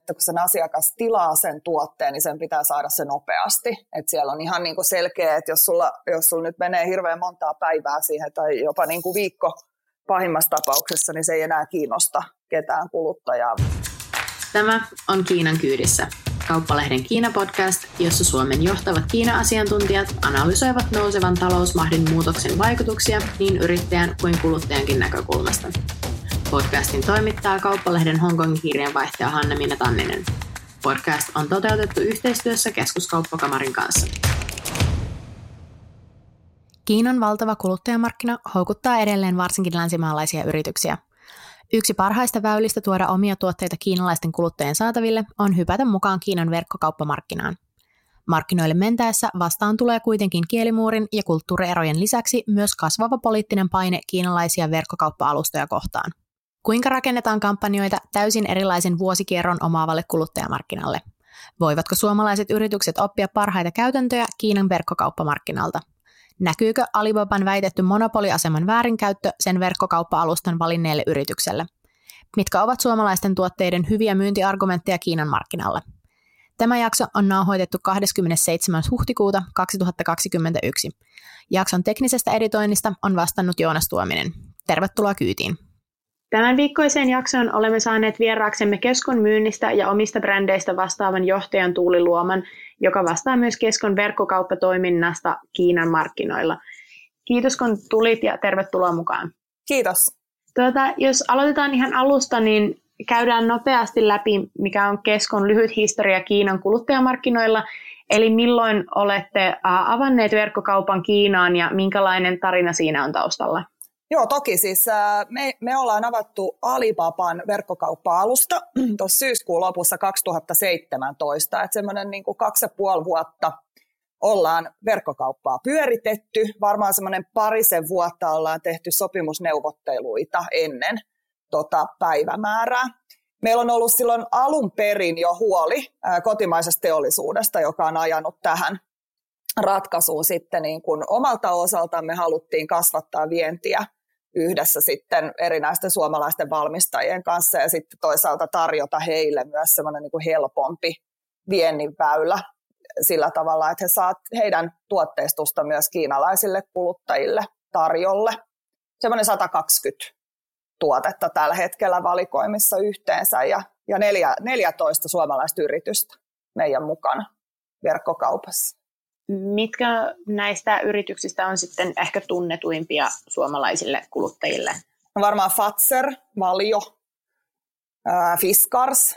että kun sen asiakas tilaa sen tuotteen, niin sen pitää saada se nopeasti. Että siellä on ihan niin kuin selkeä, että jos sulla nyt menee hirveän montaa päivää siihen tai jopa niin kuin viikko pahimmassa tapauksessa, niin se ei enää kiinnosta ketään kuluttajaa. Tämä on Kiinan kyydissä, Kauppalehden Kiina-podcast, jossa Suomen johtavat Kiina-asiantuntijat analysoivat nousevan talousmahdin muutoksen vaikutuksia niin yrittäjän kuin kuluttajankin näkökulmasta. Podcastin toimittaa Kauppalehden Hongkongin kirjeenvaihtaja Hanne-Minna Tanninen. Podcast on toteutettu yhteistyössä Keskuskauppakamarin kanssa. Kiinan valtava kuluttajamarkkina houkuttaa edelleen varsinkin länsimaalaisia yrityksiä. Yksi parhaista väylistä tuoda omia tuotteita kiinalaisten kuluttajien saataville on hypätä mukaan Kiinan verkkokauppamarkkinaan. Markkinoille mentäessä vastaan tulee kuitenkin kielimuurin ja kulttuurierojen lisäksi myös kasvava poliittinen paine kiinalaisia verkkokauppa-alustoja kohtaan. Kuinka rakennetaan kampanjoita täysin erilaisen vuosikierron omaavalle kuluttajamarkkinalle? Voivatko suomalaiset yritykset oppia parhaita käytäntöjä Kiinan verkkokauppamarkkinalta? Näkyykö Alibaban väitetty monopoliaseman väärinkäyttö sen verkkokauppa-alustan valinneelle yritykselle? Mitkä ovat suomalaisten tuotteiden hyviä myyntiargumentteja Kiinan markkinalle? Tämä jakso on nauhoitettu 27. huhtikuuta 2021. Jakson teknisestä editoinnista on vastannut Joonas Tuominen. Tervetuloa kyytiin. Tämän viikkoiseen jaksoon olemme saaneet vieraaksemme Keskon myynnistä ja omista brändeistä vastaavan johtajan Tuuli Luoman, joka vastaa myös Keskon verkkokauppatoiminnasta Kiinan markkinoilla. Kiitos kun tulit ja tervetuloa mukaan. Kiitos. Jos aloitetaan ihan alusta, niin käydään nopeasti läpi, mikä on Keskon lyhyt historia Kiinan kuluttajamarkkinoilla. Eli milloin olette avanneet verkkokaupan Kiinaan ja minkälainen tarina siinä on taustalla? Joo, toki siis me ollaan avattu Alibaban verkkokauppa-alusta tuossa syyskuun lopussa 2017, että semmoinen niin kuin 2,5 vuotta ollaan verkkokauppaa pyöritetty, varmaan semmoinen parisen vuotta ollaan tehty sopimusneuvotteluita ennen päivämäärää. Meillä on ollut silloin alun perin jo huoli kotimaisesta teollisuudesta, joka on ajanut tähän ratkaisuun sitten niin kuin omalta osaltaan me haluttiin kasvattaa vientiä yhdessä sitten erinäisten suomalaisten valmistajien kanssa ja sitten toisaalta tarjota heille myös semmoinen niin kuin helpompi viennin väylä sillä tavalla, että he saavat heidän tuotteistusta myös kiinalaisille kuluttajille tarjolle. Semmoinen 120 tuotetta tällä hetkellä valikoimissa yhteensä ja 14 suomalaista yritystä meidän mukana verkkokaupassa. Mitkä näistä yrityksistä on sitten ehkä tunnetuimpia suomalaisille kuluttajille? Varmaan Fazer, Valio, Fiskars,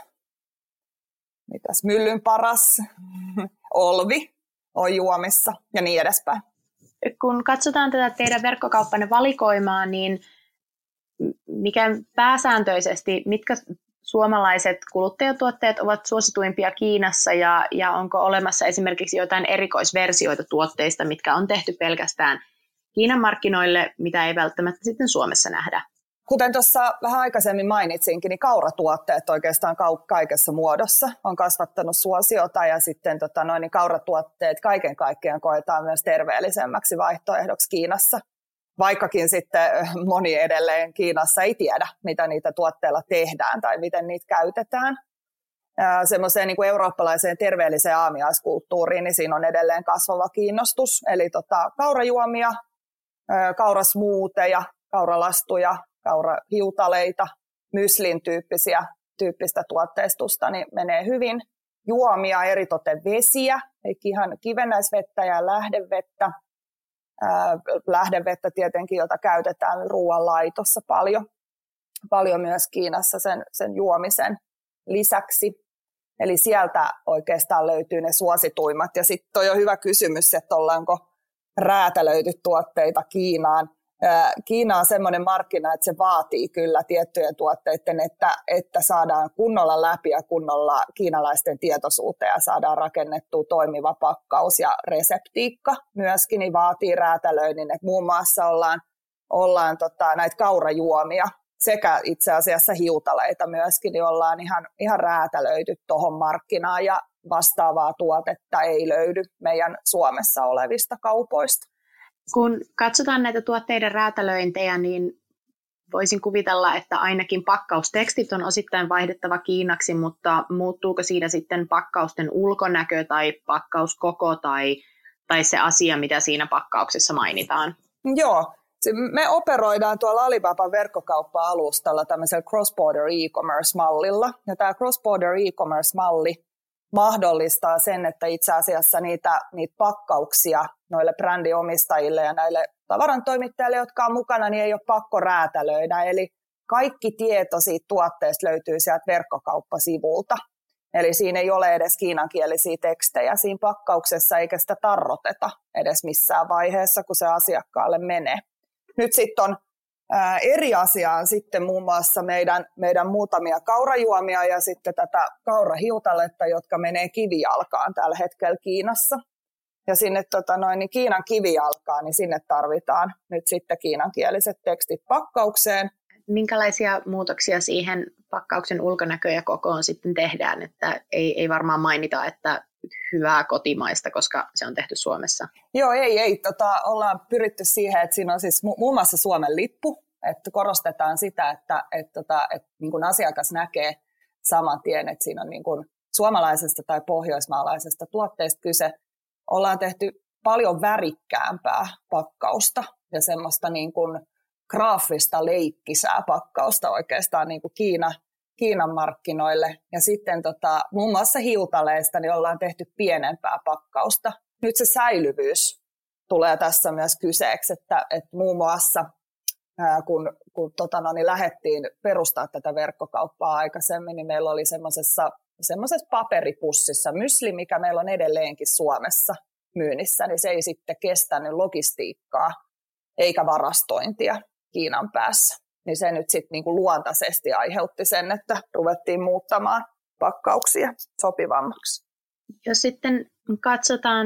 Myllynparas, Olvi on juomissa ja niin edespäin. Kun katsotaan tätä teidän verkkokauppanne valikoimaa, niin mikä pääsääntöisesti, mitkä suomalaiset kuluttajatuotteet ovat suosituimpia Kiinassa ja onko olemassa esimerkiksi jotain erikoisversioita tuotteista, mitkä on tehty pelkästään Kiinan markkinoille, mitä ei välttämättä sitten Suomessa nähdä? Kuten tuossa vähän aikaisemmin mainitsinkin, niin kauratuotteet oikeastaan kaikessa muodossa on kasvattanut suosiota ja sitten niin kauratuotteet kaiken kaikkiaan koetaan myös terveellisemmäksi vaihtoehdoksi Kiinassa. Vaikkakin sitten moni edelleen Kiinassa ei tiedä, mitä niitä tuotteilla tehdään tai miten niitä käytetään. Semmoiseen niin kuin eurooppalaiseen terveelliseen aamiaiskulttuuriin, niin siinä on edelleen kasvava kiinnostus. Eli kaurajuomia, kaurasmuuteja, kauralastuja, kaurahiutaleita, myslin tyyppistä tuotteistusta niin menee hyvin. Juomia, eritoten vesiä, eli ihan kivennäisvettä ja lähdevettä. Lähdevettä tietenkin, jota käytetään ruoanlaitossa paljon myös Kiinassa sen juomisen lisäksi. Eli sieltä oikeastaan löytyy ne suosituimmat. Ja sitten on jo hyvä kysymys, että ollaanko räätälöity tuotteita Kiinaan. Kiina on semmoinen markkina, että se vaatii kyllä tiettyjen tuotteiden, että saadaan kunnolla läpi ja kunnolla kiinalaisten tietoisuuteen ja saadaan rakennettua toimiva pakkaus ja reseptiikka myöskin, niin vaatii räätälöinnin. Et muun muassa ollaan näitä kaurajuomia sekä itse asiassa hiutaleita myöskin, niin ollaan ihan räätälöity tuohon markkinaan ja vastaavaa tuotetta ei löydy meidän Suomessa olevista kaupoista. Kun katsotaan näitä tuotteiden räätälöintejä, niin voisin kuvitella, että ainakin pakkaustekstit on osittain vaihdettava kiinaksi, mutta muuttuuko siinä sitten pakkausten ulkonäkö tai pakkauskoko tai se asia, mitä siinä pakkauksessa mainitaan? Joo, me operoidaan tuolla Alibaban verkkokauppa-alustalla tämmöisellä cross-border e-commerce-mallilla. Ja tämä cross-border e-commerce-malli mahdollistaa sen, että itse asiassa niitä pakkauksia noille brändiomistajille ja näille tavarantoimittajille, jotka on mukana, niin ei ole pakko räätälöidä. Eli kaikki tieto siitä tuotteesta löytyy sieltä verkkokauppasivulta. Eli siinä ei ole edes kiinankielisiä tekstejä siinä pakkauksessa, eikä sitä tarroteta edes missään vaiheessa, kun se asiakkaalle menee. Nyt sitten on eri asiaa sitten muun muassa meidän muutamia kaurajuomia ja sitten tätä kaurahiutaletta, jotka menee kivijalkaan tällä hetkellä Kiinassa. Ja sinne niin Kiinan kivijalkaan, niin sinne tarvitaan nyt sitten kiinankieliset tekstit pakkaukseen. Minkälaisia muutoksia siihen pakkauksen ulkonäköön ja kokoon sitten tehdään, että ei varmaan mainita, että hyvää kotimaista, koska se on tehty Suomessa? Joo, ei. Ollaan pyritty siihen, että siinä on siis muun muassa Suomen lippu, että korostetaan sitä, että niin kuin asiakas näkee saman tien, että siinä on niin kuin suomalaisesta tai pohjoismaalaisesta tuotteesta kyse. Ollaan tehty paljon värikkäämpää pakkausta ja semmoista niin kuin graafista leikkisää pakkausta oikeastaan niin kuin Kiinan markkinoille. Ja sitten muun muassa hiutaleista niin ollaan tehty pienempää pakkausta. Nyt se säilyvyys tulee tässä myös kyseeksi, että muun muassa kun lähdettiin perustaa tätä verkkokauppaa aikaisemmin, niin meillä oli semmoisessa paperipussissa mysli, mikä meillä on edelleenkin Suomessa myynnissä, niin se ei sitten kestänyt logistiikkaa eikä varastointia Kiinan päässä. Niin se nyt sitten niinku luontaisesti aiheutti sen, että ruvettiin muuttamaan pakkauksia sopivammaksi. Jos sitten katsotaan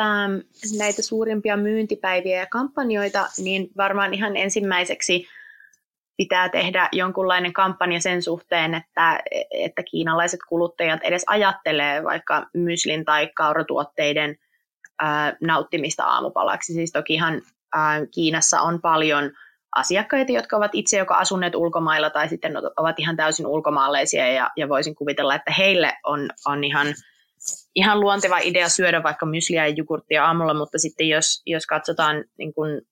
näitä suurimpia myyntipäiviä ja kampanjoita, niin varmaan ihan ensimmäiseksi pitää tehdä jonkunlainen kampanja sen suhteen, että kiinalaiset kuluttajat edes ajattelee vaikka myslin tai kauratuotteiden nauttimista aamupalaksi. Siis tokihan Kiinassa on paljon asiakkaita, jotka ovat itse joko asuneet ulkomailla tai sitten ovat ihan täysin ulkomaalaisia ja voisin kuvitella, että heille on ihan luonteva idea syödä vaikka mysliä ja jogurttia aamulla, mutta sitten jos katsotaan niin kuin,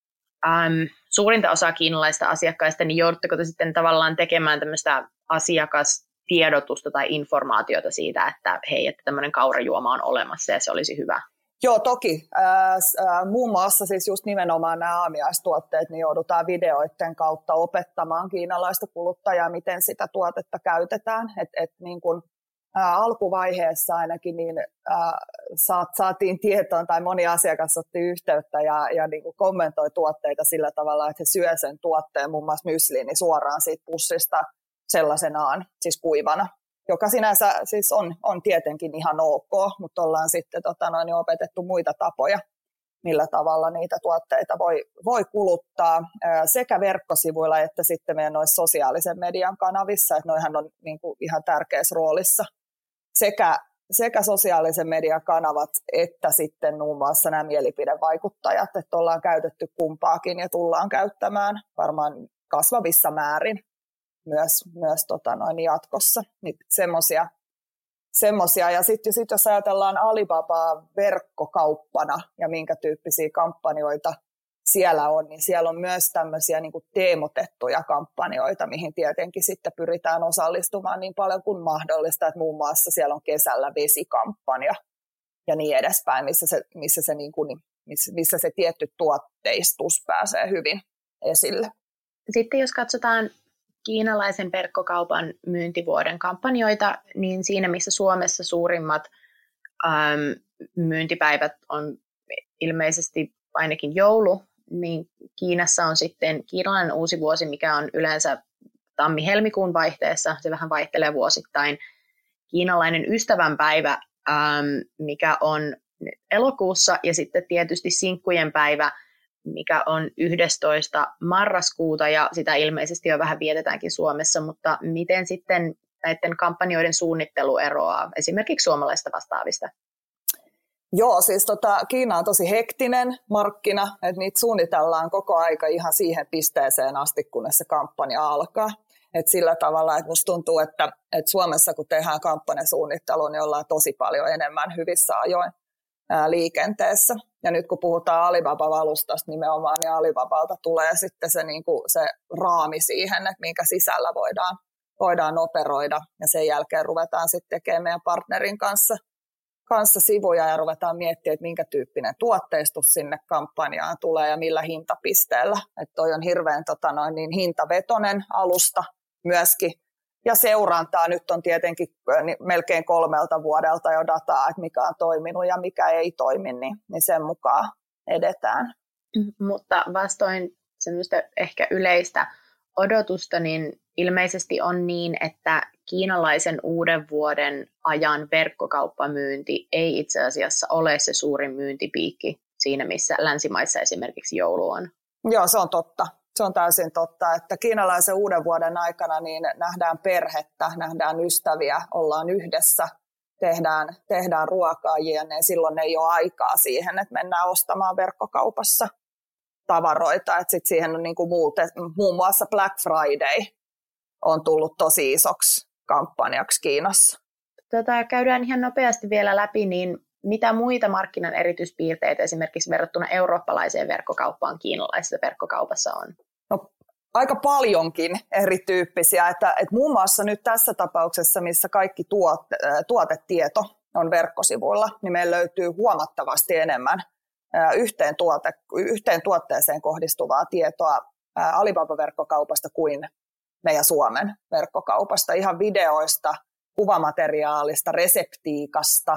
suurinta osaa kiinalaista asiakkaista, niin joudutteko te sitten tavallaan tekemään tämmöistä asiakastiedotusta tai informaatiota siitä, että hei, että tämmöinen kaurajuoma on olemassa ja se olisi hyvä? Joo, toki. Muun muassa siis just nimenomaan nämä aamiaistuotteet, niin joudutaan videoiden kautta opettamaan kiinalaista kuluttajaa, miten sitä tuotetta käytetään. Niin kun, alkuvaiheessa ainakin niin, saatiin tietoon, tai moni asiakas otti yhteyttä ja niin kuin kommentoi tuotteita sillä tavalla, että he syö sen tuotteen, muun muassa mysliin, niin suoraan siitä pussista sellaisenaan, siis kuivana. Joka sinänsä siis on tietenkin ihan ok, mutta ollaan sitten opetettu muita tapoja, millä tavalla niitä tuotteita voi kuluttaa sekä verkkosivuilla että sitten meidän noissa sosiaalisen median kanavissa, että noihän on niin kuin ihan tärkeässä roolissa sekä sosiaalisen median kanavat että sitten muun muassa nämä mielipidevaikuttajat, että ollaan käytetty kumpaakin ja tullaan käyttämään varmaan kasvavissa määrin myös jatkossa. Niin semmoisia. Ja sitten jos ajatellaan Alibabaa verkkokauppana ja minkä tyyppisiä kampanjoita siellä on, niin siellä on myös tämmöisiä niin kuin teemotettuja kampanjoita, mihin tietenkin sitten pyritään osallistumaan niin paljon kuin mahdollista. Että muun muassa siellä on kesällä vesikampanja ja niin edespäin, missä se tietty tuotteistus pääsee hyvin esille. Sitten jos katsotaan kiinalaisen verkkokaupan myyntivuoden kampanjoita, niin siinä missä Suomessa suurimmat myyntipäivät on ilmeisesti ainakin joulu, niin Kiinassa on sitten kiinalainen uusi vuosi, mikä on yleensä tammi-helmikuun vaihteessa, se vähän vaihtelee vuosittain. Kiinalainen ystävänpäivä, mikä on elokuussa, ja sitten tietysti sinkkujen päivä, mikä on 11. marraskuuta, ja sitä ilmeisesti jo vähän vietetäänkin Suomessa, mutta miten sitten näiden kampanjoiden suunnittelu eroaa esimerkiksi suomalaista vastaavista? Joo, siis Kiina on tosi hektinen markkina, että niitä suunnitellaan koko aika ihan siihen pisteeseen asti, kunnes se kampanja alkaa. Et sillä tavalla, että musta tuntuu, että Suomessa kun tehdään kampanjasuunnittelua, niin ollaan tosi paljon enemmän hyvissä ajoin liikenteessä. Ja nyt kun puhutaan Alibaba-alustasta nimenomaan, niin Alibabalta tulee sitten se raami siihen, että minkä sisällä voidaan operoida. Ja sen jälkeen ruvetaan sitten tekemään meidän partnerin kanssa sivuja ja ruvetaan miettimään, että minkä tyyppinen tuotteistus sinne kampanjaan tulee ja millä hintapisteellä. Että toi on hirveän hintavetoinen alusta myöskin. Ja seurantaa nyt on tietenkin melkein 3 vuodelta jo dataa, että mikä on toiminut ja mikä ei toimi, niin sen mukaan edetään. Mutta vastoin semmoista ehkä yleistä odotusta, niin ilmeisesti on niin, että kiinalaisen uuden vuoden ajan verkkokauppamyynti ei itse asiassa ole se suurin myyntipiikki siinä, missä länsimaissa esimerkiksi joulu on. Joo, se on totta. Se on täysin totta, että kiinalaisen uuden vuoden aikana niin nähdään perhettä, nähdään ystäviä, ollaan yhdessä, tehdään ruokaa ja silloin ei ole aikaa siihen, että mennään ostamaan verkkokaupassa tavaroita. Että sit siihen on muun muassa Black Friday on tullut tosi isoksi kampanjaksi Kiinassa. Käydään ihan nopeasti vielä läpi, niin mitä muita markkinan erityispiirteitä esimerkiksi verrattuna eurooppalaiseen verkkokauppaan kiinalaisessa verkkokaupassa on? No, aika paljonkin erityyppisiä. Että muun muassa nyt tässä tapauksessa, missä kaikki tuotetieto on verkkosivuilla, niin meillä löytyy huomattavasti enemmän yhteen tuotteeseen kohdistuvaa tietoa Alibaba-verkkokaupasta kuin meidän Suomen verkkokaupasta. Ihan videoista, kuvamateriaalista, reseptiikasta,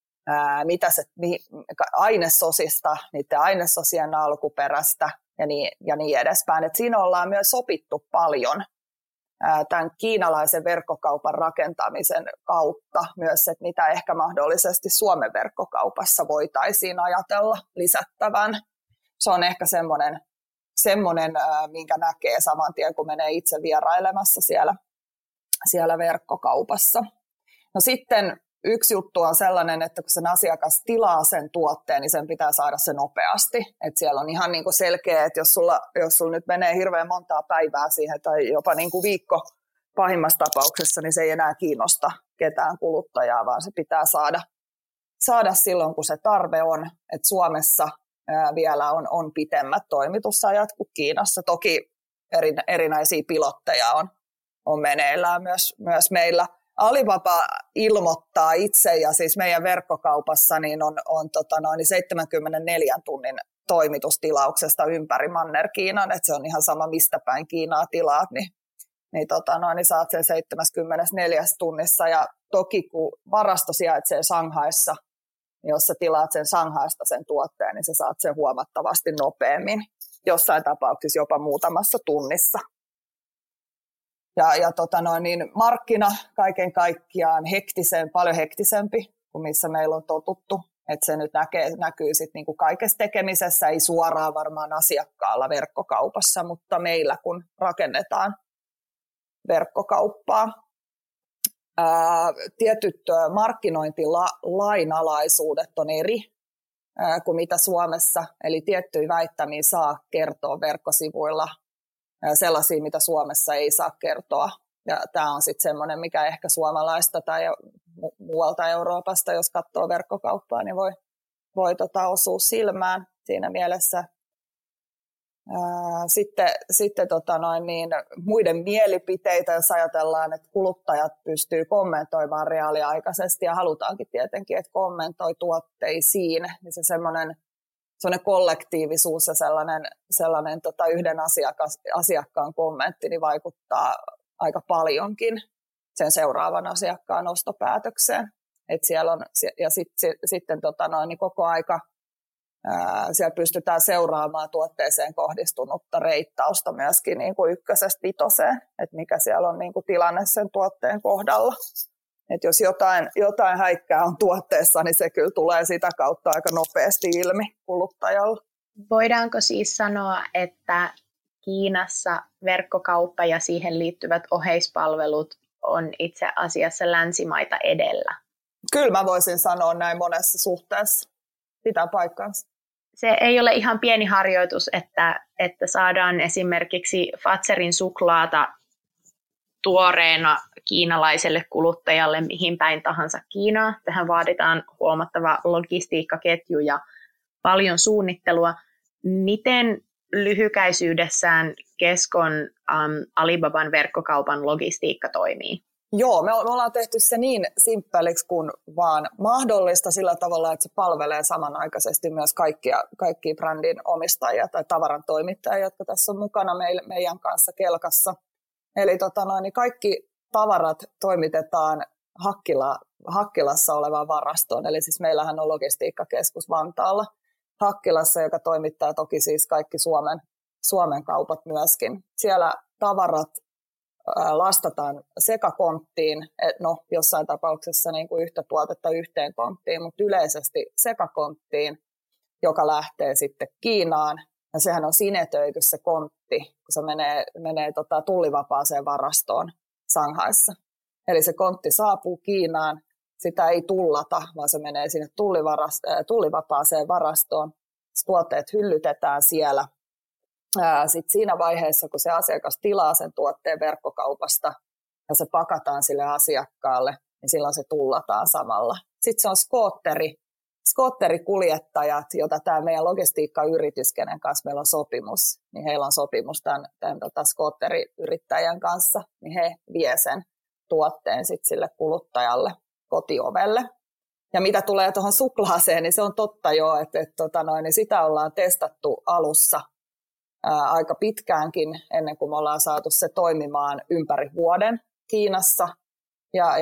ainesosista, niiden ainesosien alkuperästä ja niin edespäin. Et siinä ollaan myös opittu paljon tämän kiinalaisen verkkokaupan rakentamisen kautta myös, että mitä ehkä mahdollisesti Suomen verkkokaupassa voitaisiin ajatella lisättävän. Se on ehkä semmoinen, minkä näkee saman tien, kun menee itse vierailemassa siellä verkkokaupassa. No sitten yksi juttu on sellainen, että kun sen asiakas tilaa sen tuotteen, niin sen pitää saada se nopeasti. Et siellä on ihan niin kuin selkeä, että jos sulla nyt menee hirveän montaa päivää siihen tai jopa niin kuin viikko pahimmassa tapauksessa, niin se ei enää kiinnosta ketään kuluttajaa, vaan se pitää saada silloin, kun se tarve on. Et Suomessa vielä on pitemmät toimitusajat kuin Kiinassa. Toki erinäisiä pilotteja on meneillään myös meillä. Alibaba ilmoittaa itse, ja siis meidän verkkokaupassa niin on 74 tunnin toimitustilauksesta ympäri Manner-Kiinan, että se on ihan sama mistä päin Kiinaa tilaat, niin saat sen 74 tunnissa. Ja toki kun varasto sijaitsee Shanghaissa, niin jos sä tilaat sen Shanghaista sen tuotteen, niin sä saat sen huomattavasti nopeammin, jossain tapauksessa jopa muutamassa tunnissa. Niin markkina kaiken kaikkiaan paljon hektisempi kuin missä meillä on totuttu. Että se nyt näkyy sit niinku kaikessa tekemisessä, ei suoraan varmaan asiakkaalla verkkokaupassa, mutta meillä kun rakennetaan verkkokauppaa. Tietyt markkinointilainalaisuudet on eri kuin mitä Suomessa, eli tiettyjä väittämiä saa kertoa verkkosivuilla, sellaisia, mitä Suomessa ei saa kertoa. Ja tämä on sitten semmoinen, mikä ehkä suomalaista tai muualta Euroopasta, jos katsoo verkkokauppaa, niin voi osua silmään siinä mielessä. Sitten muiden mielipiteitä, jos ajatellaan, että kuluttajat pystyy kommentoimaan reaaliaikaisesti ja halutaankin tietenkin, että kommentoi tuotteisiin, niin se semmoinen kollektiivisuus ja sellainen yhden asiakkaan kommentti niin vaikuttaa aika paljonkin sen seuraavan asiakkaan ostopäätökseen. Et siellä on, ja sitten niin koko aika siellä pystytään seuraamaan tuotteeseen kohdistunutta reittausta myöskin niin kuin 1-5, että mikä siellä on niin kuin tilanne sen tuotteen kohdalla. Et jos jotain häikkää on tuotteessa, niin se kyllä tulee sitä kautta aika nopeasti ilmi kuluttajalla. Voidaanko siis sanoa, että Kiinassa verkkokauppa ja siihen liittyvät oheispalvelut on itse asiassa länsimaita edellä? Kyllä mä voisin sanoa näin monessa suhteessa. pitää paikkansa. Se ei ole ihan pieni harjoitus, että saadaan esimerkiksi Fazerin suklaata tuoreena kiinalaiselle kuluttajalle mihin päin tahansa Kiinaa. Tähän vaaditaan huomattava logistiikkaketju ja paljon suunnittelua. Miten lyhykäisyydessään Keskon Alibaban verkkokaupan logistiikka toimii? Joo, me ollaan tehty se niin simppeliksi kuin vaan mahdollista sillä tavalla, että se palvelee samanaikaisesti myös kaikkia brändin omistajia tai tavaran toimittajia, jotka tässä on mukana meidän kanssa kelkassa. Eli niin kaikki tavarat toimitetaan Hakkilassa olevaan varastoon. Eli siis meillähän on logistiikkakeskus Vantaalla Hakkilassa, joka toimittaa toki siis kaikki Suomen kaupat myöskin. Siellä tavarat lastataan sekakonttiin, jossain tapauksessa niin kuin yhtä tuotetta yhteen konttiin, mutta yleisesti sekakonttiin, joka lähtee sitten Kiinaan. Ja sehän on sinetöity se kontti, kun se menee tullivapaaseen varastoon Shanghaissa. Eli se kontti saapuu Kiinaan, sitä ei tullata, vaan se menee sinne tullivapaaseen varastoon. Tuotteet hyllytetään siellä. Sitten siinä vaiheessa, kun se asiakas tilaa sen tuotteen verkkokaupasta ja se pakataan sille asiakkaalle, niin silloin se tullataan samalla. Sitten se on skootterikuljettajat, jota tämä meidän logistiikkayritys, kenen kanssa meillä on sopimus, niin heillä on sopimus tämän skootteriyrittäjän kanssa, niin he vie sen tuotteen sitten sille kuluttajalle kotiovelle. Ja mitä tulee tuohon suklaaseen, niin se on totta jo, että niin sitä ollaan testattu alussa aika pitkäänkin ennen kuin me ollaan saatu se toimimaan ympäri vuoden Kiinassa. Ja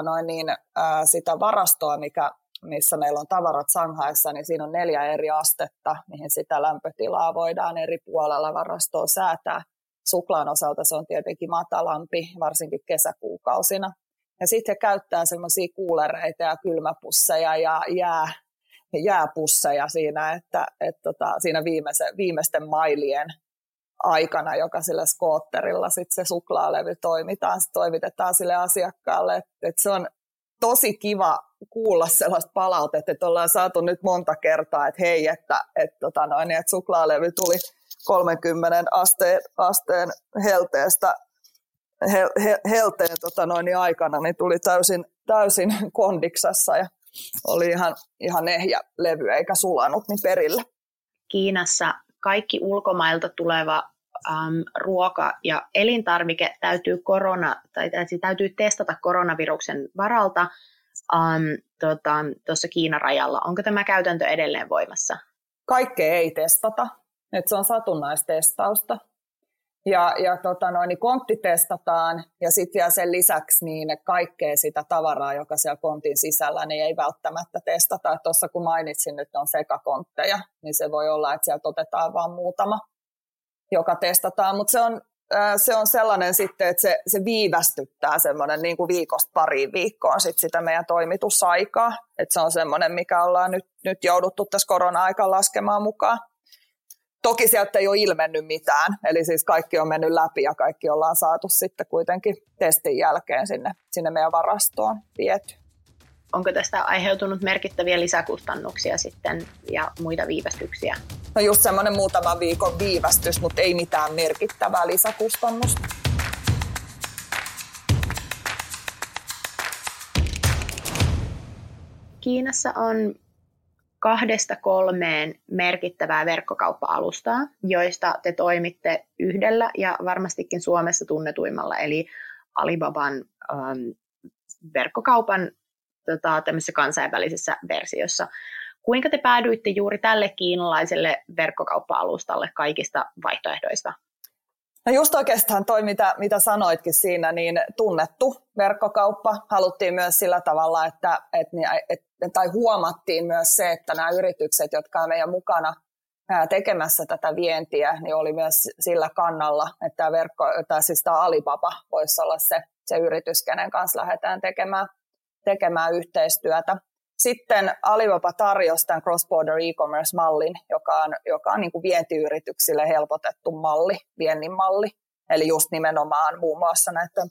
sitä varastoa, missä meillä on tavarat Shanghaissa, niin siinä on 4 eri astetta, mihin sitä lämpötilaa voidaan eri puolella varastoa säätää. Suklaan osalta se on tietenkin matalampi, varsinkin kesäkuukausina. Ja sitten he käyttää semmoisia kuulereita ja kylmäpusseja ja jääpusseja siinä, että siinä viimeisten mailien aikana, joka sillä skootterilla sitten se suklaalevy toimitetaan sille asiakkaalle. Että se on tosi kiva kuulla sellaista palautetta, että ollaan saatu nyt monta kertaa, että hei, että suklaalevy tuli 30 asteen helteestä aikana, niin tuli täysin kondiksessa ja oli ihan ehjä levy eikä sulanut niin perille. Kiinassa kaikki ulkomailta tuleva ruoka ja elintarvike täytyy testata koronaviruksen varalta tuossa Kiinan rajalla. Onko tämä käytäntö edelleen voimassa? Kaikkea ei testata, että se on satunnaistestausta. Niin kontti testataan ja sitten vielä sen lisäksi niin kaikkea sitä tavaraa, joka siellä kontin sisällä, niin ei välttämättä testata. Tuossa kun mainitsin, nyt on sekakontteja, niin se voi olla, että sieltä otetaan vain muutama, joka testataan. Mutta se on sellainen sitten, että se viivästyttää semmoinen niin kuin viikosta pariin viikkoon sit sitä meidän toimitusaikaa. Että se on semmoinen, mikä ollaan nyt jouduttu tässä korona-aikaan laskemaan mukaan. Toki sieltä ei ole ilmennyt mitään, eli siis kaikki on mennyt läpi ja kaikki ollaan saatu sitten kuitenkin testin jälkeen sinne meidän varastoon viety. Onko tästä aiheutunut merkittäviä lisäkustannuksia sitten ja muita viivästyksiä? No just semmoinen muutaman viikon viivästys, mutta ei mitään merkittävää lisäkustannusta. Kiinassa on 2-3 merkittävää verkkokauppa-alustaa, joista te toimitte yhdellä ja varmastikin Suomessa tunnetuimmalla, eli Alibaban verkkokaupan tämmöisessä kansainvälisessä versiossa. Kuinka te päädyitte juuri tälle kiinalaiselle verkkokauppa-alustalle kaikista vaihtoehdoista? No just oikeastaan toi, mitä sanoitkin siinä, niin tunnettu verkkokauppa. Haluttiin myös sillä tavalla, tai huomattiin myös se, että nämä yritykset, jotka on meidän mukana tekemässä tätä vientiä, niin oli myös sillä kannalla, että tämä Alibaba voisi olla se yritys, kenen kanssa lähdetään tekemään yhteistyötä. Sitten Alibaba tarjosi tämän cross-border e-commerce-mallin, joka on niin kuin vientiyrityksille helpotettu malli, viennin malli. Eli just nimenomaan muun muassa näiden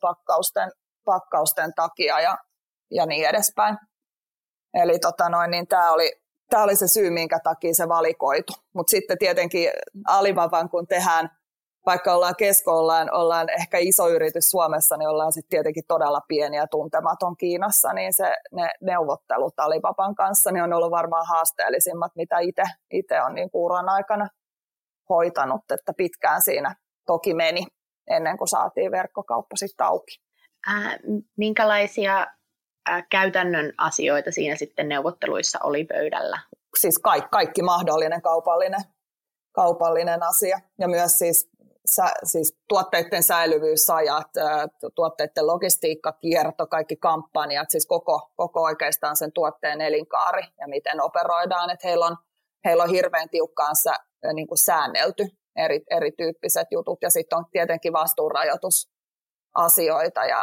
pakkausten takia ja niin edespäin. Eli niin tämä oli tämä oli se syy, minkä takia se valikoitu. Mutta sitten tietenkin Alibaban, kun tehdään, vaikka ollaan ollaan ehkä iso yritys Suomessa, niin ollaan sitten tietenkin todella pieni ja tuntematon Kiinassa, niin ne neuvottelut Alibaban kanssa niin on ollut varmaan haasteellisimmat, mitä itse on niin uran aikana hoitanut, että pitkään siinä toki meni ennen kuin saatiin verkkokauppa sitten auki. Minkälaisia käytännön asioita siinä sitten neuvotteluissa oli pöydällä? Siis kaikki mahdollinen kaupallinen asia ja myös siis tuotteiden säilyvyysajat, tuotteiden logistiikka, kierto, kaikki kampanjat, siis koko oikeastaan sen tuotteen elinkaari ja miten operoidaan, että heillä on hirveän tiukkaan niin kuin säännelty erityyppiset jutut ja sitten on tietenkin vastuunrajoitusasioita ja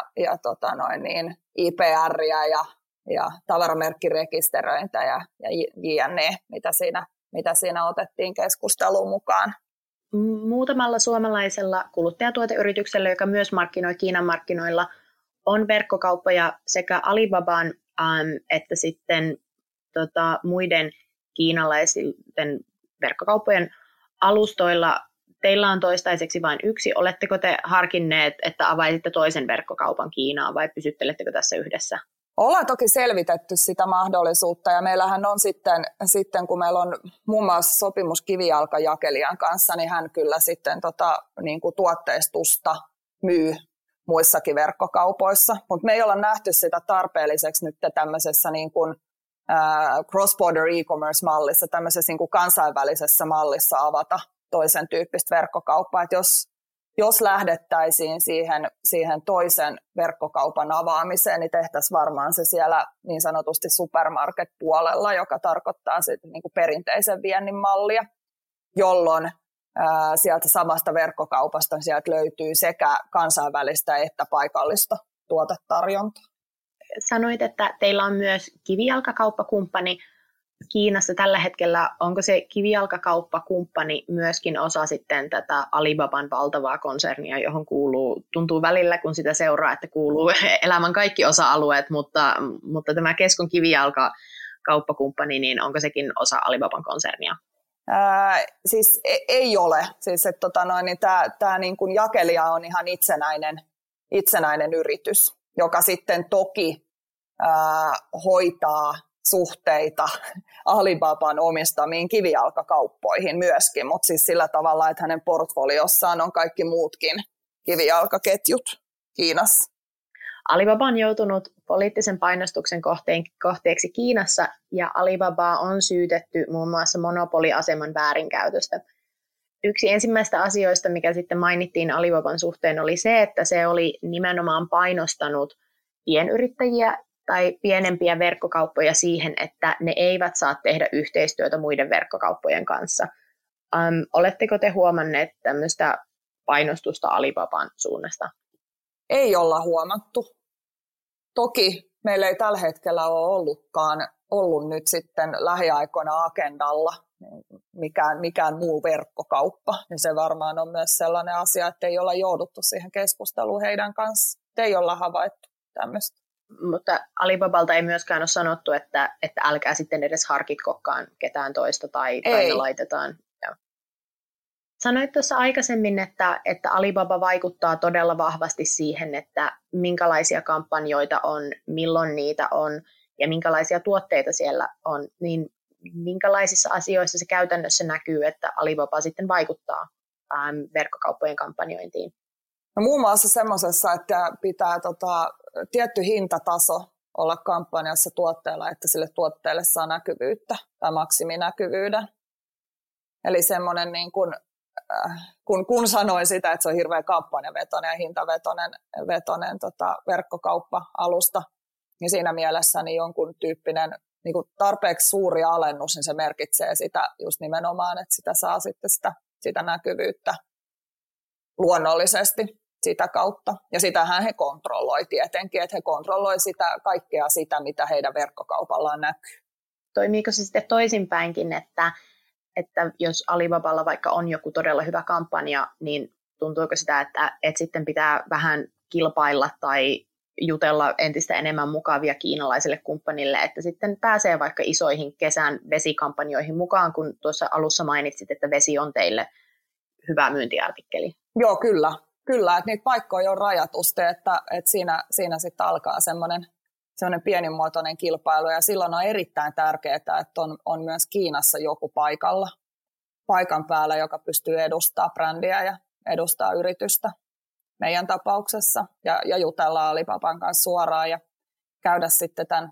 IPR ja tavaramerkkirekisteröintä ja JNE, mitä siinä otettiin keskusteluun mukaan. Muutamalla suomalaisella kuluttajatuoteyrityksellä, joka myös markkinoi Kiinan markkinoilla, on verkkokauppoja sekä Alibaban että sitten muiden kiinalaisten verkkokauppojen alustoilla. Teillä on toistaiseksi vain yksi. Oletteko te harkinneet, että avaisitte toisen verkkokaupan Kiinaan vai pysyttelettekö tässä yhdessä? Ollaan toki selvitetty sitä mahdollisuutta ja meillähän on sitten kun meillä on muun muassa sopimus kivijalkajakelijan kanssa, niin hän kyllä sitten niin kuin tuotteistusta myy muissakin verkkokaupoissa. Mutta me ei olla nähty sitä tarpeelliseksi nyt tämmöisessä niin kuin, cross-border e-commerce-mallissa, tämmöisessä niin kuin kansainvälisessä mallissa avata toisen tyyppistä verkkokauppaa. Et jos lähdettäisiin siihen toisen verkkokaupan avaamiseen, niin tehtäisiin varmaan se siellä niin sanotusti supermarket-puolella, joka tarkoittaa sitten niin kuin perinteisen viennin mallia, jolloin sieltä samasta verkkokaupasta sieltä löytyy sekä kansainvälistä että paikallista tuotetarjontaa. Sanoit, että teillä on myös kivijalkakauppakumppani Kiinassa tällä hetkellä. Onko se kivijalkakauppakumppani myöskin osa sitten tätä Alibaban valtavaa konsernia, johon tuntuu välillä, kun sitä seuraa, että kuuluu elämän kaikki osa-alueet, mutta tämä Keskon kivijalkakauppakumppani, niin onko sekin osa Alibaban konsernia? Siis ei ole. Siis, niin tämä niin kuin jakelija on ihan itsenäinen yritys, joka sitten toki hoitaa suhteita Alibaban omistamiin kivijalkakauppoihin myöskin, mutta siis sillä tavalla, että hänen portfoliossaan on kaikki muutkin kivijalkaketjut Kiinassa. Alibaba on joutunut poliittisen painostuksen kohteeksi Kiinassa ja Alibabaa on syytetty muun muassa monopoliaseman väärinkäytöstä. Yksi ensimmäistä asioista, mikä sitten mainittiin Alibaban suhteen, oli se, että se oli nimenomaan painostanut pienyrittäjiä tai pienempiä verkkokauppoja siihen, että ne eivät saa tehdä yhteistyötä muiden verkkokauppojen kanssa. Oletteko te huomanneet tämmöistä painostusta Alibaban suunnasta? Ei olla huomattu. Toki meillä ei tällä hetkellä ole ollut nyt sitten lähiaikoina agendalla mikään muu verkkokauppa. Ja se varmaan on myös sellainen asia, että ei olla jouduttu siihen keskusteluun heidän kanssa. Ei olla havaittu tämmöistä. Mutta Alibabalta ei myöskään ole sanottu, että älkää sitten edes harkitkokaan ketään toista tai ne laitetaan. Ja. Sanoit tuossa aikaisemmin, että Alibaba vaikuttaa todella vahvasti siihen, että minkälaisia kampanjoita on, milloin niitä on ja minkälaisia tuotteita siellä on. Niin minkälaisissa asioissa se käytännössä näkyy, että Alibaba sitten vaikuttaa verkkokauppojen kampanjointiin? No, muun muassa semmoisessa, että pitää tietty hintataso olla kampanjassa tuotteella, että sille tuotteelle saa näkyvyyttä tai maksiminäkyvyyden. Eli semmoinen, niin kun sanoin sitä, että se on hirveän kampanjavetoinen ja hintavetoinen verkkokauppa-alusta, niin siinä mielessä niin jonkun tyyppinen niin kuin tarpeeksi suuri alennus, niin se merkitsee sitä just nimenomaan, että sitä saa sitten sitä näkyvyyttä luonnollisesti sitä kautta. Ja sitähän he kontrolloi tietenkin, että he kontrolloi kaikkea sitä, mitä heidän verkkokaupallaan näkyy. Toimiiko se sitten toisinpäinkin, että jos Alibaballa vaikka on joku todella hyvä kampanja, niin tuntuuko sitä, että sitten pitää vähän kilpailla tai jutella entistä enemmän mukavia kiinalaisille kumppanille, että sitten pääsee vaikka isoihin kesän vesikampanjoihin mukaan, kun tuossa alussa mainitsit, että vesi on teille hyvä myyntiartikkeli. Joo, kyllä, että niitä paikkoja on rajatusti, että siinä sitten alkaa semmoinen pienimuotoinen kilpailu, ja silloin on erittäin tärkeää, että on myös Kiinassa joku paikan päällä, joka pystyy edustamaan brändiä ja edustaa yritystä meidän tapauksessa, ja jutella Alibaban kanssa suoraan ja käydä sitten tämän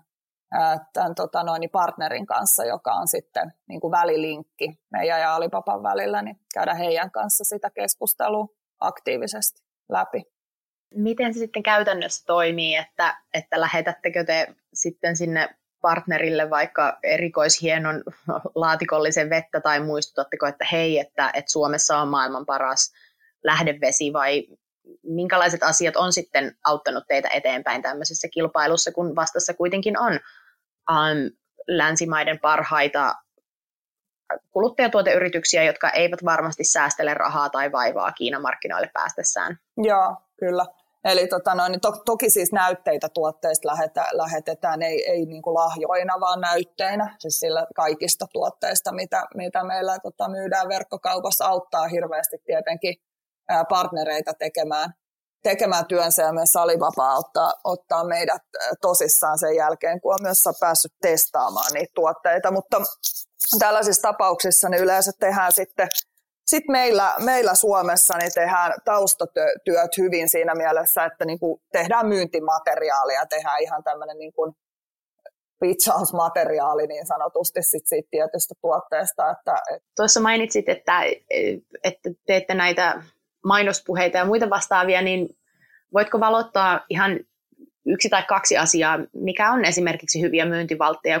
partnerin kanssa, joka on sitten niin kuin välilinkki meidän ja Alibaban välillä, niin käydä heidän kanssa sitä keskustelua aktiivisesti läpi. Miten se sitten käytännössä toimii, että lähetättekö te sitten sinne partnerille vaikka erikoishienon laatikollisen vettä tai muistutatteko, että hei, että Suomessa on maailman paras lähdevesi, vai minkälaiset asiat on sitten auttanut teitä eteenpäin tämmöisessä kilpailussa, kun vastassa kuitenkin on länsimaiden parhaita kuluttajatuoteyrityksiä, jotka eivät varmasti säästele rahaa tai vaivaa Kiinan markkinoille päästessään. Joo, kyllä. Eli toki siis näytteitä tuotteista lähetetään, ei niin kuin lahjoina, vaan näytteinä. Siis sillä kaikista tuotteista, mitä meillä myydään verkkokaupassa, auttaa hirveästi tietenkin partnereita tekemään työnsä, ja myös Alibaba ottaa meidät tosissaan sen jälkeen, kun on myös päässyt testaamaan niitä tuotteita. Mutta tällaisissa tapauksissa niin yleensä tehdään sitten meillä Suomessa niin tehdään taustatyöt hyvin siinä mielessä, että niin kuin tehdään myyntimateriaalia, tehdään ihan tämmöinen niin kuin pitchausmateriaali niin sanotusti siitä tietystä tuotteesta. Tuossa mainitsit, että teette näitä mainospuheita ja muita vastaavia, niin voitko valottaa ihan 1 tai 2 asiaa, mikä on esimerkiksi hyviä myyntivaltteja,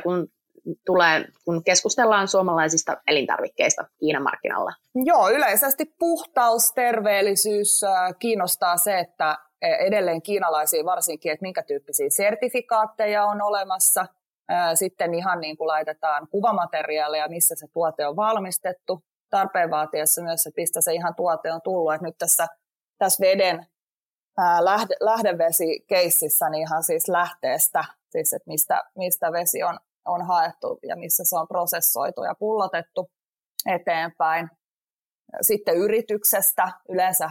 kun keskustellaan suomalaisista elintarvikkeista Kiinan markkinalla? Joo, yleisesti puhtaus, terveellisyys, kiinnostaa se, että edelleen kiinalaisia varsinkin, että minkä tyyppisiä sertifikaatteja on olemassa. Sitten ihan niin kuin laitetaan kuvamateriaalia, missä se tuote on valmistettu. Tarpeen vaatiessa myös, että mistä se ihan tuote on tullut. Että nyt tässä veden lähdevesikeississä niin ihan siis lähteestä, siis että mistä vesi on haettu ja missä se on prosessoitu ja pullotettu eteenpäin. Sitten yrityksestä yleensä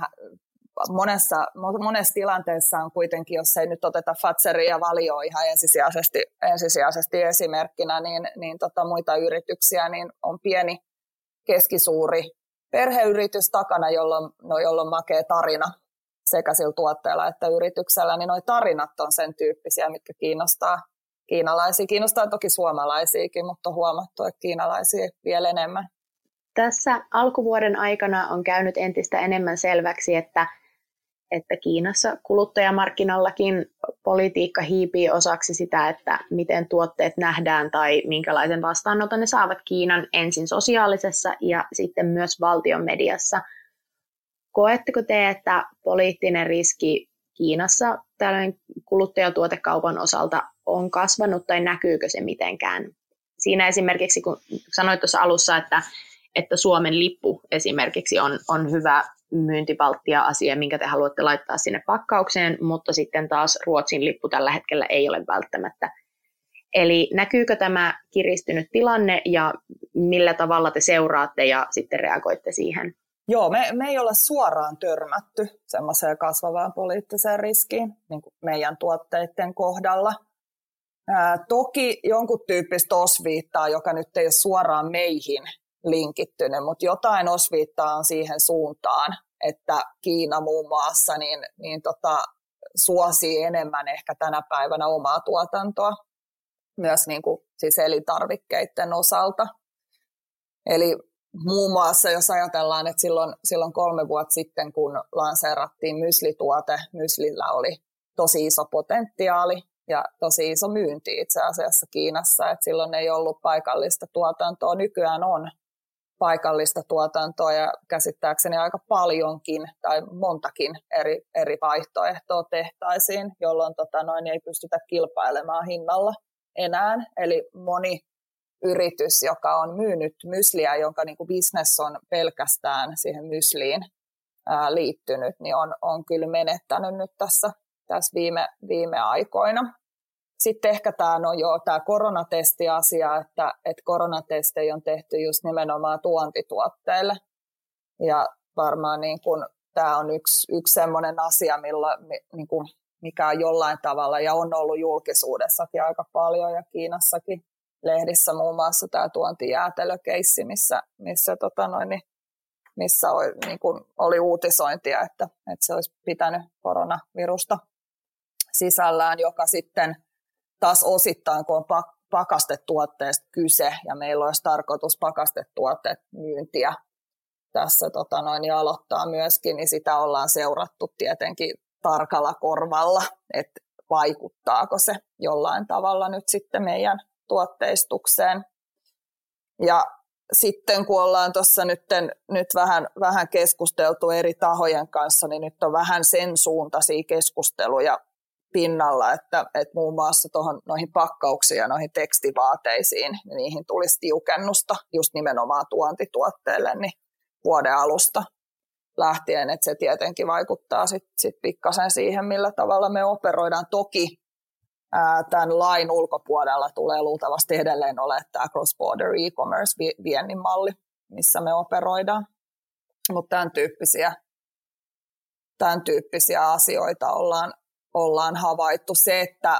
monessa tilanteessa on kuitenkin, jos ei nyt oteta Fazeria ja Valio ihan ensisijaisesti esimerkkinä, niin muita yrityksiä, niin on pieni, keskisuuri perheyritys takana, jolla on makea tarina sekä sillä tuotteella että yrityksellä, niin nuo tarinat on sen tyyppisiä, mitkä kiinnostaa kiinalaisia. Kiinnostaa toki suomalaisiakin, mutta on huomattu, että kiinalaisia vielä enemmän. Tässä alkuvuoden aikana on käynyt entistä enemmän selväksi, että Kiinassa kuluttajamarkkinallakin politiikka hiipii osaksi sitä, että miten tuotteet nähdään tai minkälaisen vastaanoton ne saavat Kiinan ensin sosiaalisessa ja sitten myös valtion mediassa. Koetteko te, että poliittinen riski Kiinassa tällainen kuluttajatuotekaupan osalta on kasvanut tai näkyykö se mitenkään? Siinä esimerkiksi, kun sanoit tuossa alussa, että Suomen lippu esimerkiksi on hyvä myyntivaltti ja asia, minkä te haluatte laittaa sinne pakkaukseen, mutta sitten taas Ruotsin lippu tällä hetkellä ei ole välttämättä. Eli näkyykö tämä kiristynyt tilanne ja millä tavalla te seuraatte ja sitten reagoitte siihen? Joo, me ei olla suoraan törmätty semmoiseen kasvavaan poliittiseen riskiin niin kuin meidän tuotteiden kohdalla. Toki jonkun tyyppistä osviittaa, joka nyt ei ole suoraan meihin linkittynyt, mutta jotain osviittaa on siihen suuntaan, että Kiina muun muassa suosii enemmän ehkä tänä päivänä omaa tuotantoa myös niin kuin, siis elintarvikkeiden osalta. Eli muun muassa jos ajatellaan, että silloin 3 vuotta sitten, kun lanseerattiin myslituote, myslillä oli tosi iso potentiaali ja tosi iso myynti itse asiassa Kiinassa, että silloin ei ollut paikallista tuotantoa, nykyään on paikallista tuotantoa ja käsittääkseni aika paljonkin tai montakin eri vaihtoehtoa tehtaisiin, jolloin ei pystytä kilpailemaan hinnalla enää. Eli moni yritys, joka on myynyt mysliä, jonka niin kuin business on pelkästään siihen mysliin liittynyt, niin on kyllä menettänyt nyt tässä tässä viime aikoina. Sitten ehkä tämä koronatestiasia, että koronatestejä on tehty just nimenomaan tuontituotteille. Ja varmaan niin kun, tämä on yksi semmoinen asia, niin kun, mikä on jollain tavalla ja on ollut julkisuudessakin aika paljon ja Kiinassakin lehdissä muun muassa tämä tuontijäätelökeissi, missä oli uutisointia, että se olisi pitänyt koronavirusta sisällään, joka sitten taas osittain, kun on pakastetuotteesta kyse, ja meillä olisi tarkoitus pakastetuotteet myyntiä tässä aloittaa myöskin, niin sitä ollaan seurattu tietenkin tarkalla korvalla, että vaikuttaako se jollain tavalla nyt sitten meidän tuotteistukseen. Ja sitten kun ollaan tuossa nyt vähän keskusteltu eri tahojen kanssa, niin nyt on vähän sen suuntaisia keskusteluja pinnalla, että muun muassa noihin pakkauksiin ja noihin tekstivaateisiin, niin niihin tulisi tiukennusta just nimenomaan tuontituotteille niin vuoden alusta lähtien, että se tietenkin vaikuttaa sit pikkasen siihen, millä tavalla me operoidaan. Toki tämän lain ulkopuolella tulee luultavasti edelleen olemaan tämä cross-border e-commerce viennin malli, missä me operoidaan, mutta tämän tyyppisiä asioita ollaan havaittu. Se, että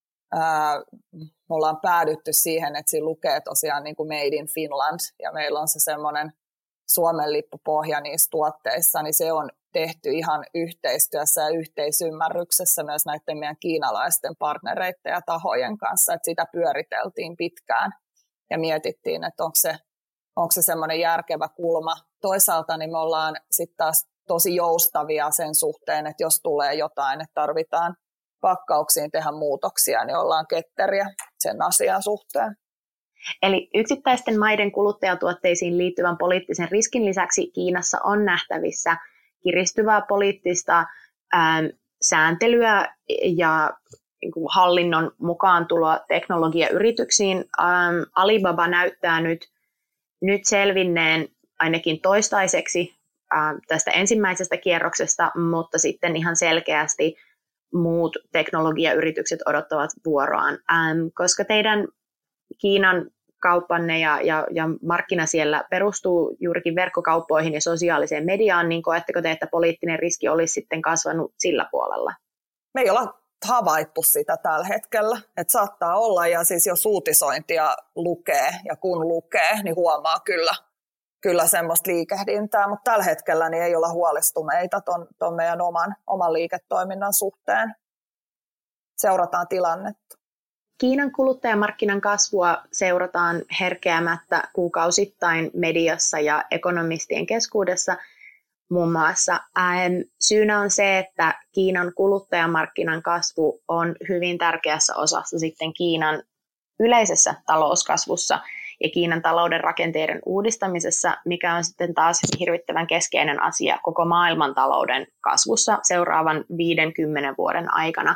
me ollaan päädytty siihen, että siinä lukee tosiaan niin kuin Made in Finland, ja meillä on se semmoinen Suomen lippupohja niissä tuotteissa, niin se on tehty ihan yhteistyössä ja yhteisymmärryksessä myös näiden meidän kiinalaisten partnereiden ja tahojen kanssa, että sitä pyöriteltiin pitkään ja mietittiin, että onko se semmoinen järkevä kulma. Toisaalta niin me ollaan sitten taas tosi joustavia sen suhteen, että jos tulee jotain, että tarvitaan pakkauksiin tehdä muutoksia, niin ollaan ketteriä sen asian suhteen. Eli yksittäisten maiden kuluttajatuotteisiin liittyvän poliittisen riskin lisäksi Kiinassa on nähtävissä kiristyvää poliittista sääntelyä ja hallinnon mukaantuloa teknologiayrityksiin. Alibaba näyttää nyt selvinneen ainakin toistaiseksi tästä ensimmäisestä kierroksesta, mutta sitten ihan selkeästi muut teknologiayritykset odottavat vuoroaan. Koska teidän Kiinan kauppanne ja markkina siellä perustuu juurikin verkkokauppoihin ja sosiaaliseen mediaan, niin koetteko te, että poliittinen riski olisi sitten kasvanut sillä puolella? Me ei olla havaittu sitä tällä hetkellä, että saattaa olla, ja siis jos uutisointia lukee ja kun lukee, niin huomaa kyllä semmoista liikehdintää, mutta tällä hetkellä niin ei olla huolestuneita ton meidän oman liiketoiminnan suhteen. Seurataan tilannetta. Kiinan kuluttajamarkkinan kasvua seurataan herkeämättä kuukausittain mediassa ja ekonomistien keskuudessa muun muassa. Syynä on se, että Kiinan kuluttajamarkkinan kasvu on hyvin tärkeässä osassa sitten Kiinan yleisessä talouskasvussa ja Kiinan talouden rakenteiden uudistamisessa, mikä on sitten taas hirvittävän keskeinen asia koko maailmantalouden kasvussa seuraavan 50 vuoden aikana.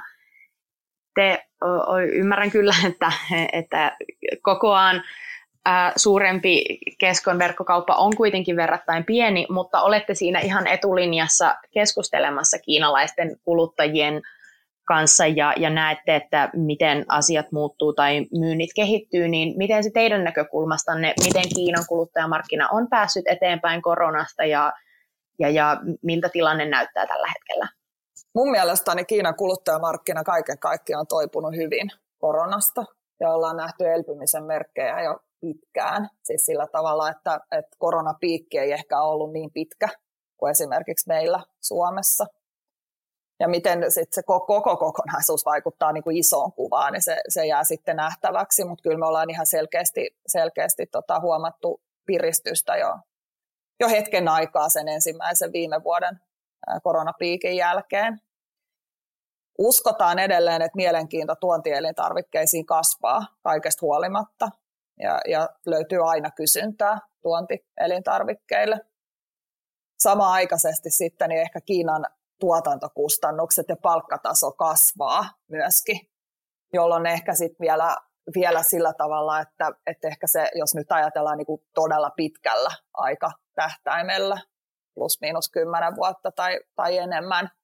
Ymmärrän kyllä, että kokoaan suurempi keskon verkkokauppa on kuitenkin verrattain pieni, mutta olette siinä ihan etulinjassa keskustelemassa kiinalaisten kuluttajien kanssa ja näette, että miten asiat muuttuu tai myynnit kehittyy, niin miten se teidän näkökulmastanne, miten Kiinan kuluttajamarkkina on päässyt eteenpäin koronasta ja miltä tilanne näyttää tällä hetkellä? Mun mielestäni Kiinan kuluttajamarkkina kaiken kaikkiaan on toipunut hyvin koronasta ja ollaan nähty elpymisen merkkejä jo pitkään. Siis sillä tavalla, että koronapiikki ei ehkä ollut niin pitkä kuin esimerkiksi meillä Suomessa. Ja miten sit se koko kokonaisuus vaikuttaa niin kuin isoon kuvaan, niin se jää sitten nähtäväksi, mutta kyllä me ollaan ihan selkeästi huomattu piristystä jo hetken aikaa sen ensimmäisen viime vuoden koronapiikin jälkeen. Uskotaan edelleen, että mielenkiinto tuontielintarvikkeisiin kasvaa kaikesta huolimatta ja löytyy aina kysyntää tuontielintarvikkeille. Samanaikaisesti sitten niin ehkä Kiinan tuotantokustannukset ja palkkataso kasvaa myöskin, jolloin ehkä sitten vielä sillä tavalla, että ehkä se, jos nyt ajatellaan niin kuin todella pitkällä aikatähtäimellä, plus miinus 10 vuotta tai enemmän,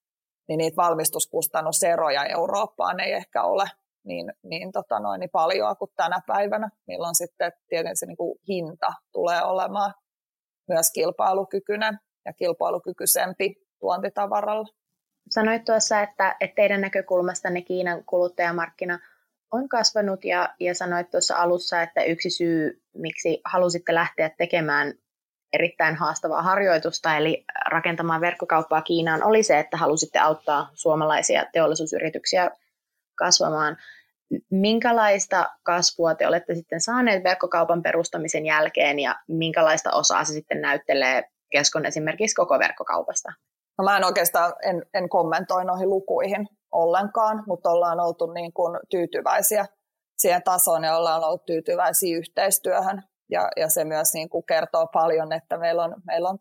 niin niitä valmistuskustannuseroja Eurooppaan ei ehkä ole niin paljon kuin tänä päivänä, milloin sitten tietenkin se niin kuin hinta tulee olemaan myös kilpailukykyinen ja kilpailukykyisempi tuontitavaralla. Sanoit tuossa, että teidän näkökulmastanne Kiinan kuluttajamarkkina on kasvanut ja sanoit tuossa alussa, että yksi syy, miksi halusitte lähteä tekemään erittäin haastavaa harjoitusta, eli rakentamaan verkkokauppaa Kiinaan, oli se, että halusitte auttaa suomalaisia teollisuusyrityksiä kasvamaan. Minkälaista kasvua te olette sitten saaneet verkkokaupan perustamisen jälkeen ja minkälaista osaa se sitten näyttelee Keskon esimerkiksi koko verkkokaupasta? No mä en oikeastaan en kommentoi noihin lukuihin ollenkaan, mutta ollaan oltu niin kuin tyytyväisiä siihen tasoon ja ollaan ollut tyytyväisiä yhteistyöhön. Ja se myös niin kuin kertoo paljon, että meillä on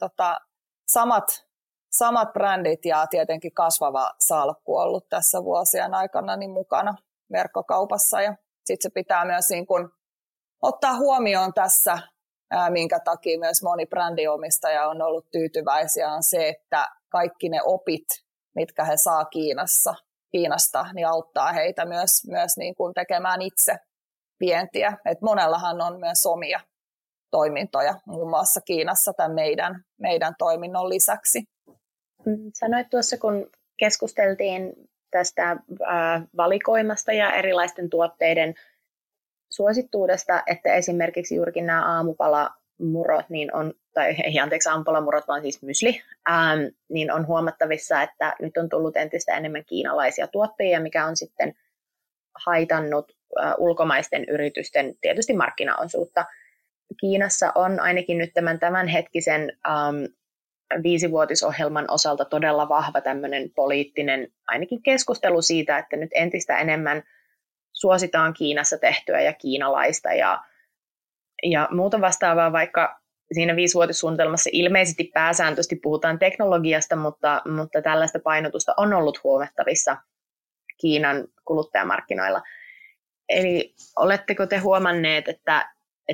samat brändit ja tietenkin kasvava salkku ollut tässä vuosien aikana niin mukana verkkokaupassa. Ja sitten se pitää myös niin kuin ottaa huomioon tässä, minkä takia myös moni brändiomistaja on ollut tyytyväisiä, on se, että kaikki ne opit, mitkä he saa Kiinasta, niin auttaa heitä myös niin kuin tekemään itse vientiä. Et monellahan on myös omia toimintoja, muun muassa Kiinassa tämän meidän toiminnon lisäksi. Sanoit tuossa, kun keskusteltiin tästä valikoimasta ja erilaisten tuotteiden suosittuudesta, että esimerkiksi juurikin nämä aamupalamurot, aamupalamurot, vaan siis mysli, niin on huomattavissa, että nyt on tullut entistä enemmän kiinalaisia tuottajia, mikä on sitten haitannut ulkomaisten yritysten tietysti markkinaosuutta. Kiinassa on ainakin nyt tämänhetkisen 5-vuotisohjelman osalta todella vahva tämmöinen poliittinen ainakin keskustelu siitä, että nyt entistä enemmän suositaan Kiinassa tehtyä ja kiinalaista ja muuta vastaavaa, vaikka siinä 5-vuotissuunnitelmassa ilmeisesti pääsääntöisesti puhutaan teknologiasta, mutta tällaista painotusta on ollut huomattavissa Kiinan kuluttajamarkkinoilla. Eli oletteko te huomanneet, että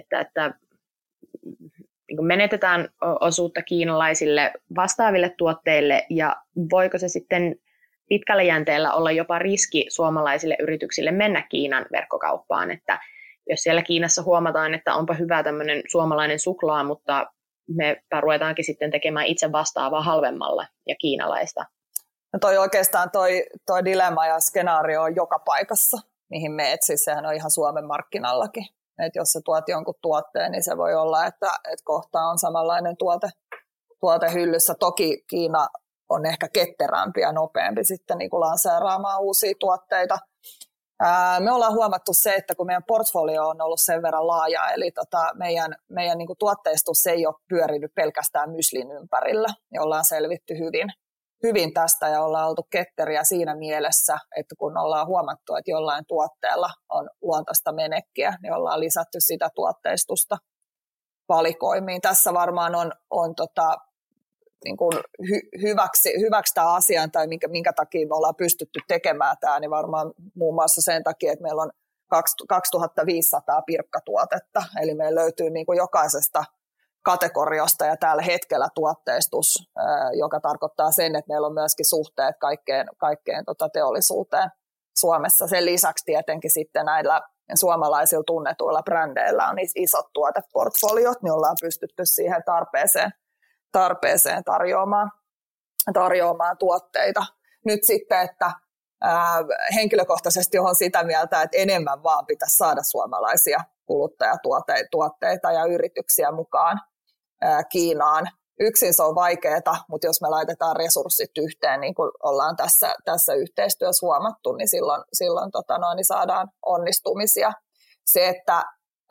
niin menetetään osuutta kiinalaisille vastaaville tuotteille ja voiko se sitten pitkällä jänteellä olla jopa riski suomalaisille yrityksille mennä Kiinan verkkokauppaan, että jos siellä Kiinassa huomataan, että onpa hyvä tämmöinen suomalainen suklaa, mutta me ruvetaankin sitten tekemään itse vastaavaa halvemmalla ja kiinalaista. No oikeastaan toi dilemma ja skenaario on joka paikassa, mihin meet, siis sehän on ihan Suomen markkinallakin. Et jos sä tuot jonkun tuotteen, niin se voi olla, että kohta on samanlainen tuote hyllyssä. Toki Kiina on ehkä ketterämpi ja nopeampi sitten niin kuin lanseeraamaan uusia tuotteita. Me ollaan huomattu se, että kun meidän portfolio on ollut sen verran laaja, eli meidän niin kuin tuotteistus ei ole pyörinyt pelkästään myslin ympärillä, niin ollaan selvitty hyvin tästä ja ollaan oltu ketteriä siinä mielessä, että kun ollaan huomattu, että jollain tuotteella on luontaista menekkiä, niin ollaan lisätty sitä tuotteistusta valikoimiin. Tässä varmaan on niin kuin hyväksi tämä asian tai minkä takia me ollaan pystytty tekemään tämä, niin varmaan muun muassa sen takia, että meillä on 2500 pirkkatuotetta, eli meillä löytyy niin kuin jokaisesta kategoriasta ja tällä hetkellä tuotteistus, joka tarkoittaa sen, että meillä on myöskin suhteet kaikkeen teollisuuteen Suomessa. Sen lisäksi tietenkin sitten näillä suomalaisilla tunnetuilla brändeillä on isot tuoteportfoliot, niin ollaan pystytty siihen tarpeeseen tarjoamaan tuotteita. Nyt sitten, että henkilökohtaisesti olen sitä mieltä, että enemmän vaan pitäisi saada suomalaisia kuluttajatuotteita ja yrityksiä mukaan Kiinaan. Yksin se on vaikeaa, mutta jos me laitetaan resurssit yhteen, niin kuin ollaan tässä yhteistyössä huomattu, niin silloin niin saadaan onnistumisia. Se, että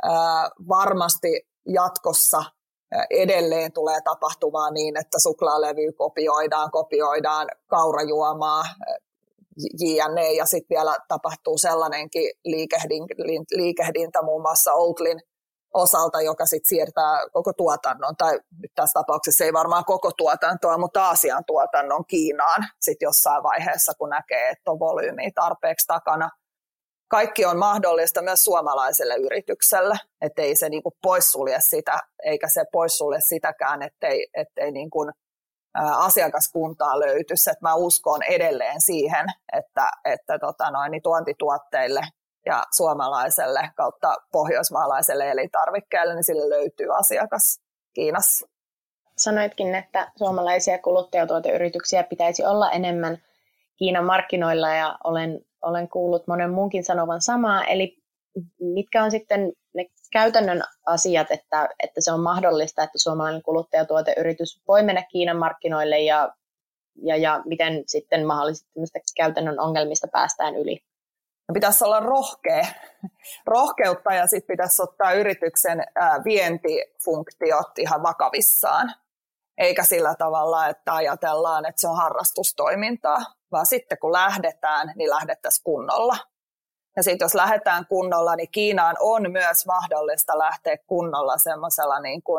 jatkossa edelleen tulee tapahtumaan niin, että suklaalevyä kopioidaan kaurajuomaa, JNE, ja sitten vielä tapahtuu sellainenkin liikehdintä muun muassa Oatlyn osalta, joka sitten siirtää koko tuotannon, tai nyt tässä tapauksessa ei varmaan koko tuotantoa, mutta Aasian tuotannon Kiinaan sitten jossain vaiheessa, kun näkee, että on volyymiä tarpeeksi takana. Kaikki on mahdollista myös suomalaiselle yritykselle, ettei se niinku poissulje sitä, eikä se poissulje sitäkään, ettei niinku, asiakaskuntaa löytyisi. Että mä uskon edelleen siihen, että tuontituotteille ja suomalaiselle kautta pohjoismaalaiselle elintarvikkeelle, niin sille löytyy asiakas Kiinassa. Sanoitkin, että suomalaisia kuluttajatuoteyrityksiä pitäisi olla enemmän Kiinan markkinoilla ja olen kuullut monen muunkin sanovan samaa. Eli mitkä on sitten ne käytännön asiat, että se on mahdollista, että suomalainen kuluttajatuoteyritys voi mennä Kiinan markkinoille ja miten sitten mahdollisesti käytännön ongelmista päästään yli? Pitäisi olla rohkeutta ja sitten pitäisi ottaa yrityksen vientifunktiot ihan vakavissaan. Eikä sillä tavalla, että ajatellaan, että se on harrastustoimintaa, vaan sitten kun lähdetään, niin lähdettäisiin kunnolla. Ja sitten jos lähdetään kunnolla, niin Kiinaan on myös mahdollista lähteä kunnolla semmoisella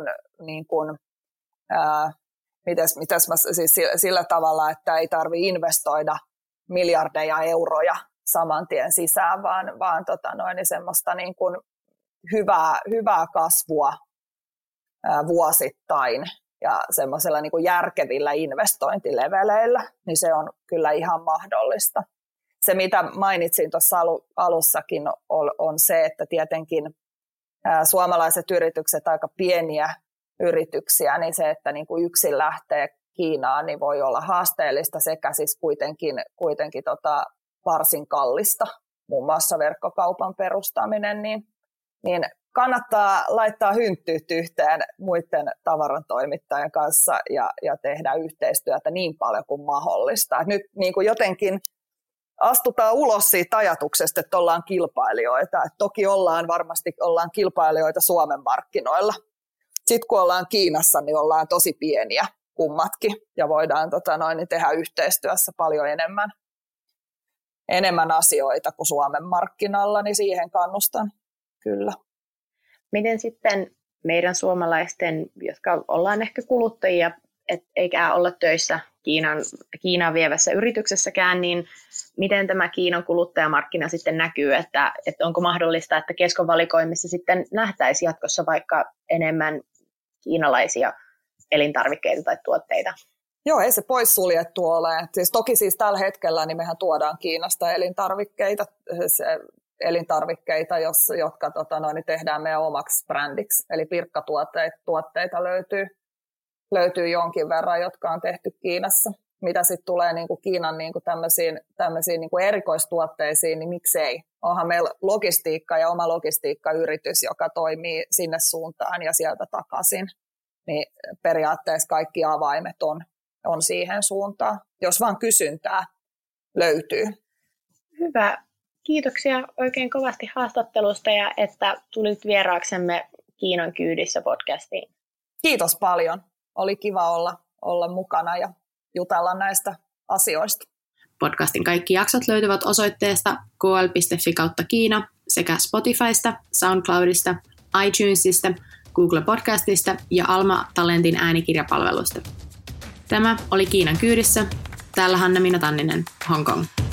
sillä tavalla, että ei tarvitse investoida miljardeja euroja saman tien sisään, vaan semmoista niin kuin hyvää kasvua vuosittain ja semmoisella niin kuin järkevillä investointileveleillä, niin se on kyllä ihan mahdollista. Se, mitä mainitsin tuossa alussakin, on se, että tietenkin suomalaiset yritykset, aika pieniä yrityksiä, niin se, että niin kuin yksin lähtee Kiinaan, niin voi olla haasteellista sekä siis kuitenkin varsin kallista, muun muassa verkkokaupan perustaminen, niin kannattaa laittaa hynttyyt yhteen muiden tavarantoimittajien kanssa ja tehdä yhteistyötä niin paljon kuin mahdollista. Nyt niin kuin jotenkin astutaan ulos siitä ajatuksesta, että ollaan kilpailijoita. Et toki varmasti ollaan kilpailijoita Suomen markkinoilla. Sitten kun ollaan Kiinassa, niin ollaan tosi pieniä kummatkin ja voidaan tehdä yhteistyössä paljon enemmän asioita kuin Suomen markkinalla, niin siihen kannustan kyllä. Miten sitten meidän suomalaisten, jotka ollaan ehkä kuluttajia, eikä olla töissä Kiinaan vievässä yrityksessäkään, niin miten tämä Kiinan kuluttajamarkkina sitten näkyy, että onko mahdollista, että Keskon valikoimissa sitten nähtäisi jatkossa vaikka enemmän kiinalaisia elintarvikkeita tai tuotteita? Joo, ei se poissuljettu ole. Toki tällä hetkellä niin mehän tuodaan Kiinasta elintarvikkeita, jotka tehdään meidän omaksi brändiksi. Eli pirkkatuotteita löytyy jonkin verran, jotka on tehty Kiinassa. Mitä sitten tulee niin kuin Kiinan niin kuin tämmöisiin niin kuin erikoistuotteisiin, niin miksei? Onhan meillä logistiikka ja oma logistiikkayritys, joka toimii sinne suuntaan ja sieltä takaisin. Niin periaatteessa kaikki avaimet on siihen suuntaan, jos vaan kysyntää löytyy. Hyvä. Kiitoksia oikein kovasti haastattelusta ja että tulit vieraaksemme Kiinan kyydissä podcastiin. Kiitos paljon. Oli kiva olla mukana ja jutella näistä asioista. Podcastin kaikki jaksot löytyvät osoitteesta kl.fi/Kiina sekä Spotifysta, SoundCloudista, iTunesista, Google Podcastista ja Alma Talentin äänikirjapalvelusta. Tämä oli Kiinan kyydissä. Täällä Hanna-Miina Tanninen, Hong Kong.